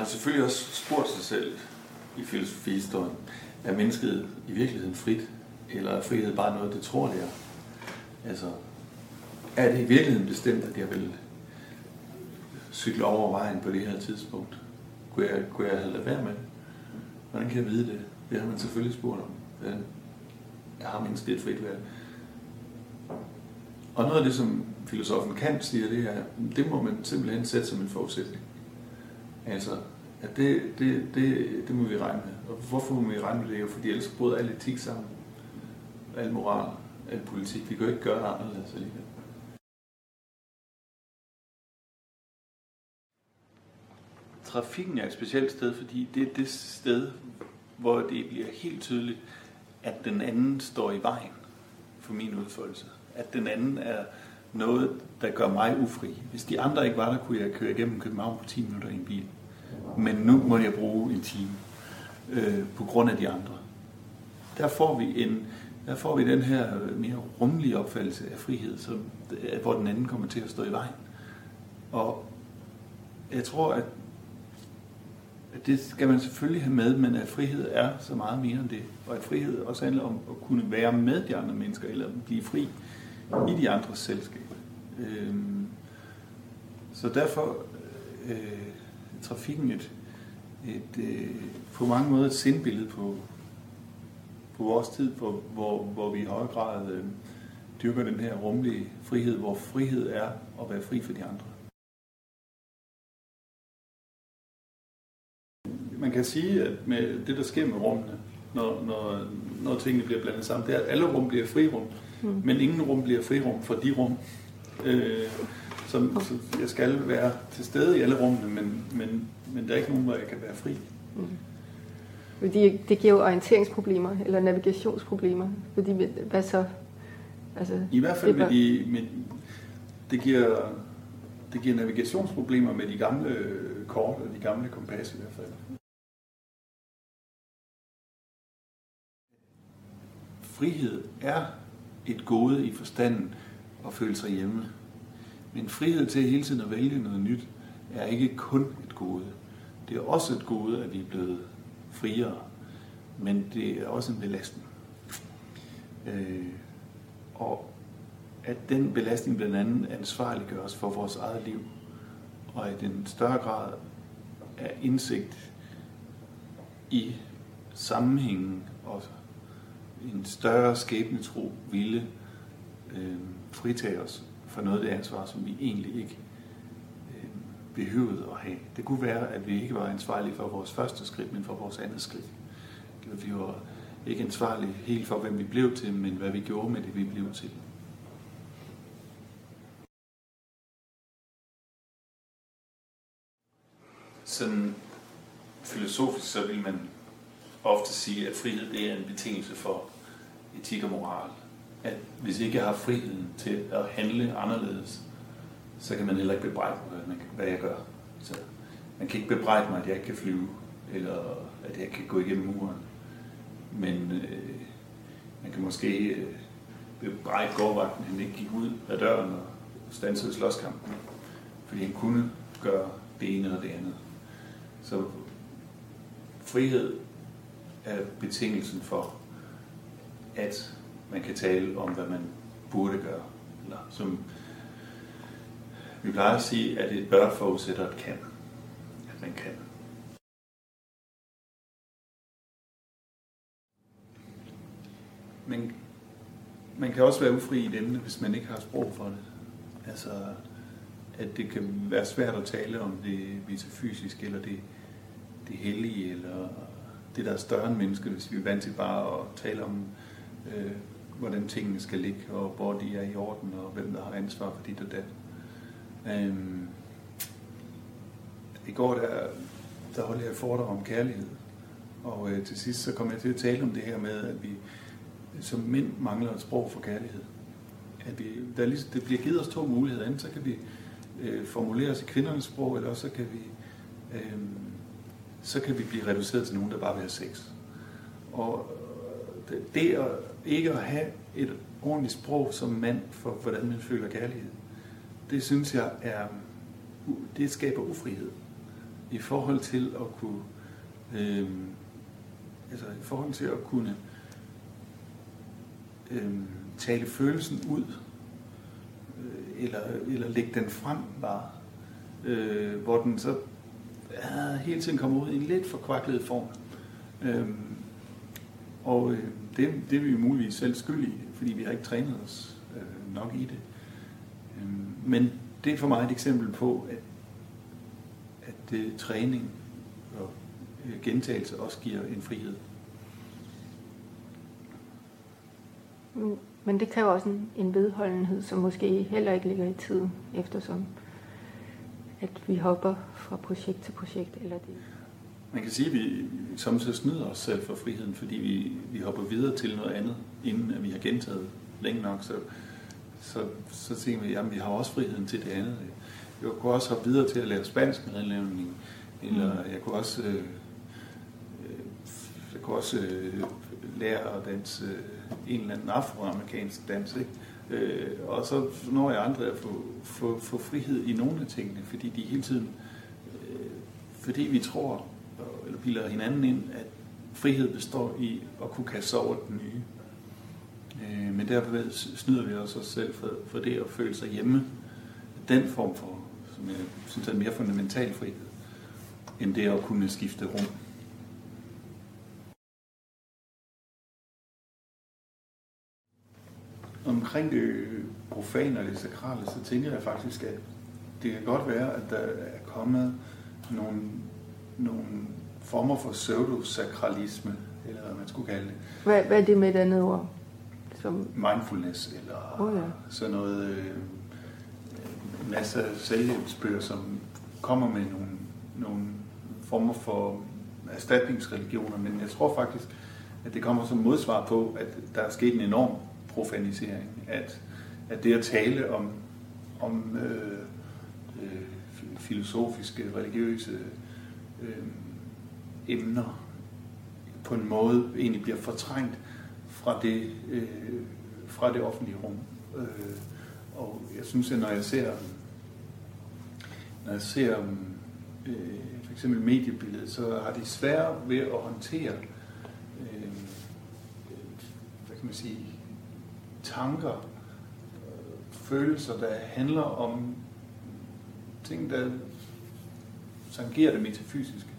selvfølgelig også spurgt sig selv i filosofihistorien, er mennesket i virkeligheden frit, eller er frihed bare noget, det tror det er? Altså, er det i virkeligheden bestemt, at jeg vil cykle over vejen på det her tidspunkt? Kunne jeg have ladet være med det? Hvordan kan jeg vide det? Det har man selvfølgelig spurgt om. Jeg har mennesket et frit valg. Og noget af det, som filosofen Kant siger, det er, det må man simpelthen sætte som en forudsætning. Altså, at det må vi regne med. Og hvorfor må vi regne med det? Jo, fordi ellers bryder al etik sammen. Al moral, al politik. Vi kan jo ikke gøre det anderledes alligevel. Trafikken er et specielt sted, fordi det er det sted, hvor det bliver helt tydeligt, at den anden står i vejen for min udfoldelse. At den anden er noget, der gør mig ufri. Hvis de andre ikke var der, kunne jeg køre igennem København på 10 minutter i en bil. Men nu må jeg bruge en time på grund af de andre. Der får vi den her mere rummelige opfattelse af frihed, hvor den anden kommer til at stå i vejen. Og jeg tror, at det skal man selvfølgelig have med, men at frihed er så meget mere end det. Og at frihed også handler om at kunne være med de andre mennesker, eller blive fri i de andres selskab. Så derfor trafikken på mange måder et sindbillede på vores tid, hvor vi i høj grad dyrker den her rummelige frihed, hvor frihed er at være fri for de andre. Man kan sige, at med det, der sker med rummene, når tingene bliver blandet sammen, det er, at alle rum bliver frirum, men ingen rum bliver frirum for de rum. Så jeg skal være til stede i alle rummene, men der er ikke nogen, hvor jeg kan være fri. Fordi det giver jo orienteringsproblemer, eller navigationsproblemer. Fordi, hvad så? Altså, i hvert fald det giver navigationsproblemer med de gamle kort og de gamle kompas i hvert fald. Frihed er et gode i forstanden at føle sig hjemme. Men frihed til hele tiden at vælge noget nyt er ikke kun et gode. Det er også et gode, at vi er blevet friere, men det er også en belastning. Og at den belastning blandt andet ansvarliggør os for vores eget liv, og at en større grad af indsigt i sammenhængen og en større skæbnetro ville fritage os for noget af det ansvar, som vi egentlig ikke behøvede at have. Det kunne være, at vi ikke var ansvarlige for vores første skridt, men for vores andet skridt. Vi var ikke ansvarlige helt for, hvem vi blev til, men hvad vi gjorde med det, vi blev til. Sådan filosofisk, så vil man ofte sige, at frihed det er en betingelse for etik og moral. At hvis ikke jeg har friheden til at handle anderledes, så kan man heller ikke bebrejde mig, hvad jeg gør. Så man kan ikke bebrejde mig, at jeg ikke kan flyve, eller at jeg kan gå igennem muren. Men man kan måske bebrejde gårdvagten, at han ikke gik ud af døren og standsede slåskampen, fordi han kunne gøre det ene og det andet. Så frihed er betingelsen for, at man kan tale om, hvad man burde gøre. Eller som vi plejer at sige, at et bør forudsætter et kan. At man kan. Men man kan også være ufri i et emne, hvis man ikke har sprog for det. Altså, at det kan være svært at tale om det metafysiske, eller det hellige, eller det, der er større end mennesket, hvis vi er vant til bare at tale om, hvordan tingene skal ligge, og hvor de er i orden, og hvem der har ansvar for dit og dat. I går der holdt jeg et foredrag om kærlighed, og til sidst så kom jeg til at tale om det her med, at vi som mænd mangler et sprog for kærlighed. At det bliver givet os 2 muligheder. Enten så kan vi formulere os i kvindernes sprog, eller også så kan vi blive reduceret til nogen, der bare vil have sex. Og det at ikke at have et ordentligt sprog som mand for, hvordan man føler kærlighed, det synes jeg det skaber ufrihed. i forhold til at kunne i forhold til at kunne tale følelsen ud, eller lægge den frem bare, hvor den så hele tiden kommer ud i en lidt forkvaklet form. Det er vi jo muligvis selv skyld i, fordi vi har ikke trænet os nok i det. Men det er for mig et eksempel på, at træning og gentagelse også giver en frihed. Men det kræver også en vedholdenhed, som måske heller ikke ligger i tiden, eftersom at vi hopper fra projekt til projekt. Eller det. Man kan sige, at vi samtidig snyder os selv for friheden, fordi vi hopper videre til noget andet, inden at vi har gentaget længe nok. Så tænker vi, at vi har også friheden til det andet. Jeg kunne også hoppe videre til at lære spansk med indlævning, eller jeg kunne også lære at danse en eller anden afroamerikansk dans, ikke? Og så når jeg aldrig at få frihed i nogle af tingene, fordi de hele tiden, fordi vi tror, eller bilder hinanden ind, at frihed består i at kunne kaste sig over den nye. Men derfor snyder vi også os selv for det at føle sig hjemme. Den form for, som jeg synes er mere fundamental frihed, end det at kunne skifte rum. Omkring det profane og det sakrale, så tænker jeg faktisk, at det kan godt være, at der er kommet nogle former for pseudosakralisme, eller hvad man skulle kalde det. Hvad er det med et andet ord? Som... Mindfulness, eller sådan noget, masser af selvhjælpsbøger, som kommer med nogle former for erstatningsreligioner, men jeg tror faktisk, at det kommer som modsvar på, at der er sket en enorm profanisering, at det at tale om filosofiske, religiøse emner på en måde egentlig bliver fortrængt fra det offentlige rum. Og jeg synes, at når jeg ser for eksempel mediebilledet, så har de svære ved at håndtere hvad kan man sige, tanker, følelser, der handler om ting, der tangerer det metafysiske,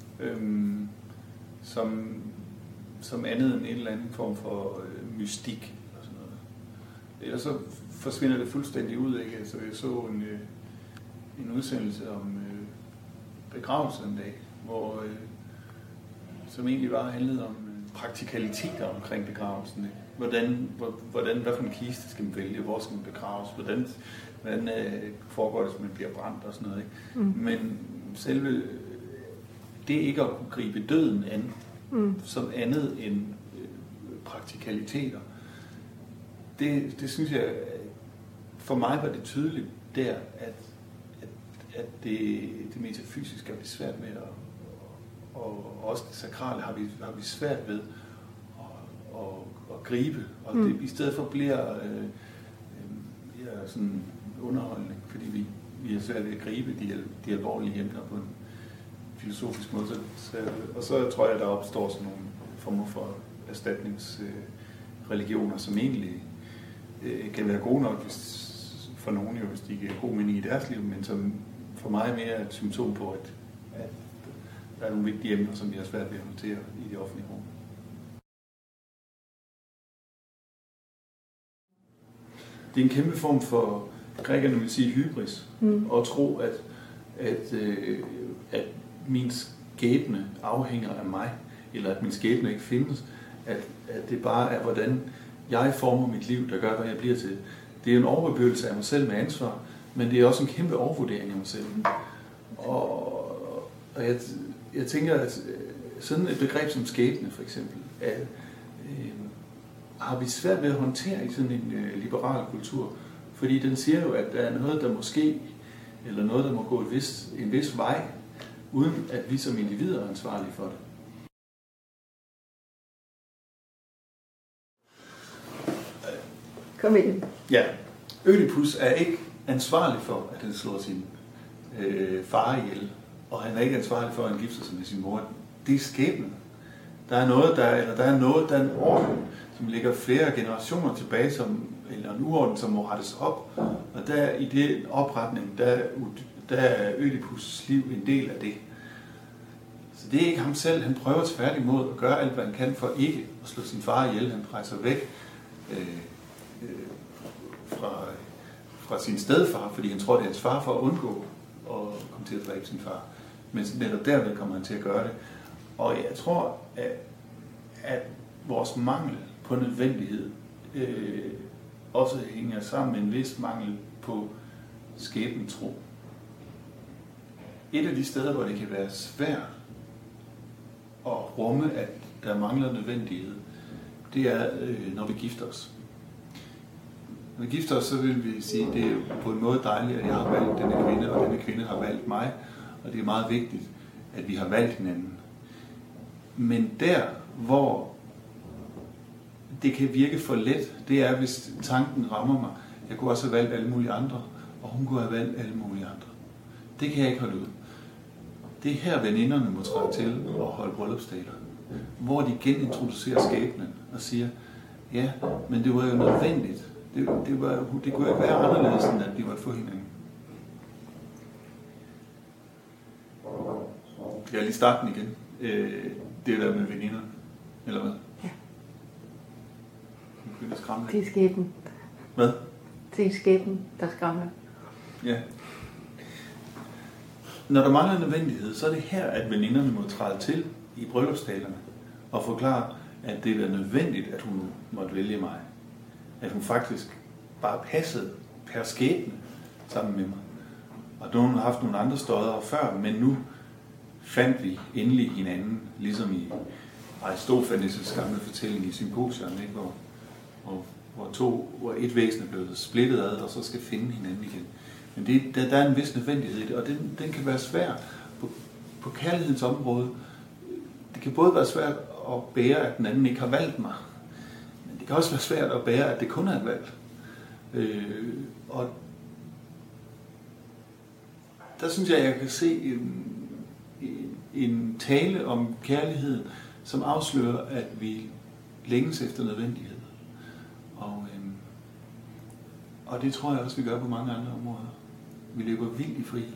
som andet end en eller anden form for mystik og sådan noget. Ellers så forsvinder det fuldstændig ud, ikke? Altså, jeg så en udsendelse om begravelse en dag, som egentlig bare handlede om praktikaliteter omkring begravelsen. Ikke? Hvad for en kiste skal man vælge, hvor skal man begraves, hvordan foregår det, hvis man bliver brændt og sådan noget. Ikke? Men selve det ikke at kunne gribe døden an, som andet end praktikaliteter, det synes jeg, for mig var det tydeligt der, at det metafysiske er vi svært med, og også det sakrale har vi svært ved at gribe, og det i stedet for bliver sådan underholdning, fordi vi er svært ved at gribe de alvorlige emner på en filosofisk måde. Og så tror jeg, der opstår sådan nogle former for erstatningsreligioner, som egentlig kan være gode nok for nogen, jo, hvis de giver god mening i deres liv, men som for mig er mere et symptom på, at der er nogle vigtige emner, som vi har svært ved at håndtere i det offentlige rum. Det er en kæmpe form for, grækerne vil sige, hybris, og tro, at min skæbne afhænger af mig, eller at min skæbne ikke findes, at det bare er, hvordan jeg former mit liv, der gør, hvad jeg bliver til. Det er en overbebyggelse af mig selv med ansvar, men det er også en kæmpe overvurdering af mig selv. Og jeg tænker, at sådan et begreb som skæbne, for eksempel, har vi svært ved at håndtere i sådan en liberal kultur, fordi den siger jo, at der er noget, der måske, eller noget, der må gå en vis vej, uden at vi som individer er ansvarlige for det. Kom ind. Ja, Ødipus er ikke ansvarlig for, at han slår sin far ihjel. og han er ikke ansvarlig for, at han gifter sig med sin mor. Det er skæbnen. Der er en orden, som ligger flere generationer tilbage, eller en uorden, som må rettes op. Og der i den opretning, der er Ødipus' liv en del af det. Så det er ikke ham selv. Han prøver tværtimod at gøre alt, hvad han kan for ikke at slå sin far ihjel. Han rejser væk fra sin stedfar, fordi han tror, det er hans far, for at undgå at komme til at dræbe sin far. Men netop derved kommer han til at gøre det. Og jeg tror, at vores mangel på nødvendighed også hænger sammen med en vis mangel på skæbnetro. Et af de steder, hvor det kan være svært at rumme, at der mangler nødvendighed, det er, når vi gifter os. Når vi gifter os, så vil vi sige, at det er på en måde dejligt, at jeg har valgt denne kvinde, og denne kvinde har valgt mig, og det er meget vigtigt, at vi har valgt hinanden. Men der, hvor det kan virke for let, det er, hvis tanken rammer mig. Jeg kunne også have valgt alle mulige andre, og hun kunne have valgt alle mulige andre. Det kan jeg ikke holde ud. Det er her, veninderne må træde til og holde bryllupstaler. Hvor de genintroducerer skæbnen og siger, ja, men det var jo nødvendigt. Det kunne ikke være anderledes, end at vi måtte få hinanden. Skal jeg lige starte den igen? Det der med veninderne, eller hvad? Ja. Det er skæbnen. Hvad? Det er skæbnen, der skræmmer. Ja. Når der mangler nødvendighed, så er det her, at veninderne må træde til i bryllupstalerne og forklare, at det er nødvendigt, at hun måtte vælge mig. At hun faktisk bare passede per skæbne sammen med mig. Og nogen har haft nogle andre støder før, men nu fandt vi endelig hinanden, ligesom i Aristofanes' gamle fortælling i Symposion, ikke? Hvor et væsen er blevet splittet ad, og så skal finde hinanden igen. Men der er en vis nødvendighed i det, og den kan være svær på kærlighedens område. Det kan både være svært at bære, at den anden ikke har valgt mig, men det kan også være svært at bære, at det kun er et valg. Og der synes jeg kan se en tale om kærligheden, som afslører, at vi længes efter nødvendighed. Og det tror jeg også, vi gør på mange andre områder. Vi lever vildt i frihed.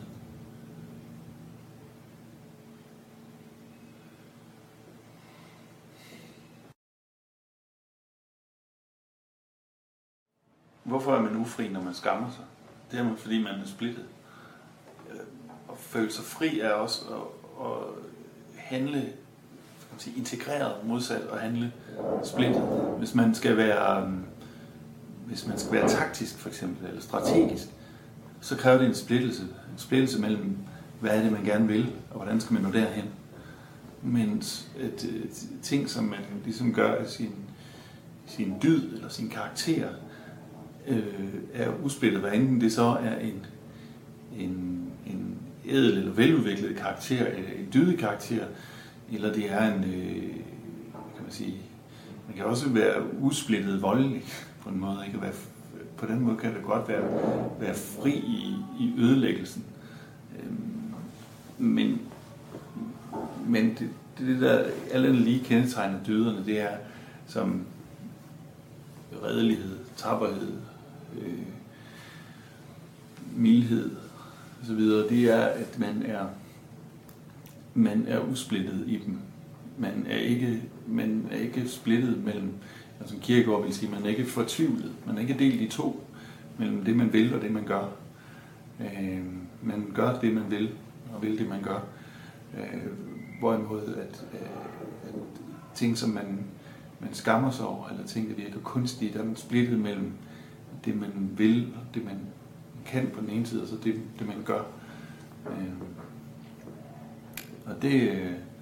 Hvorfor er man ufri, når man skammer sig? Det er man, fordi man er splittet. At føle sig fri er også at handle integreret modsat og handle splittet. Hvis man skal være taktisk for eksempel, eller strategisk, så kræver det en splittelse mellem, hvad er det, man gerne vil, og hvordan skal man nå derhen. Mens ting, som man ligesom gør af sin dyd eller sin karakter, er usplittet, hvad enten det så er en ædel eller veludviklet karakter, en dydig karakter, eller det er man kan også være usplittet voldelig på en måde, ikke? På den måde kan det godt være fri i ødelæggelsen. Men det der alle lige kendetegner dyderne, det er som redelighed, tapperhed, mildhed og så videre. Det er, at man er usplittet i dem. Man er ikke splittet mellem, som Kierkegaard vil sige, man er ikke fortvivlet. Man er ikke delt i to mellem det, man vil og det, man gør. Man gør det, man vil, og vil det, man gør. Hvorimod, at ting, som man skammer sig over, eller ting, der virker kunstige, der er man splittet mellem det, man vil, og det, man kan på den ene side, og så det man gør. Og det...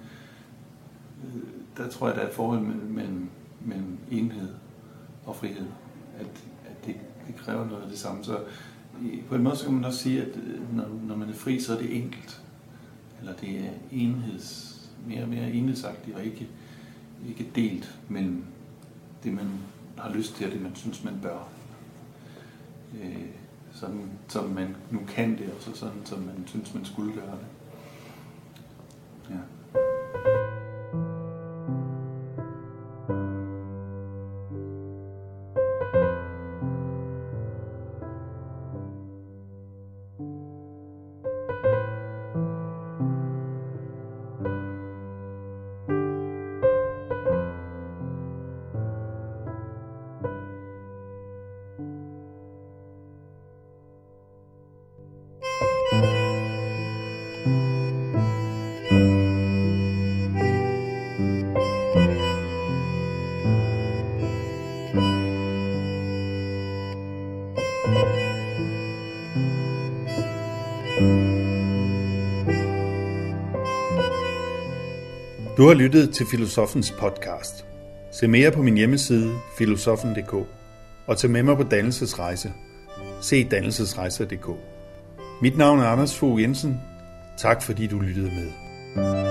der tror jeg, der er et forhold mellem enhed og frihed, at det kræver noget af det samme. Så på en måde så kan man også sige, at når man er fri, så er det enkelt. Eller det er mere og mere enhedsagtigt, og ikke delt mellem det, man har lyst til, og det, man synes, man bør. Sådan som man nu kan det, og så sådan som man synes, man skulle gøre det. Ja. Du har lyttet til Filosofens podcast. Se mere på min hjemmeside filosofen.dk og tag med mig på dannelsesrejse. Se dannelsesrejser.dk. Mit navn er Anders Fogh Jensen. Tak fordi du lyttede med.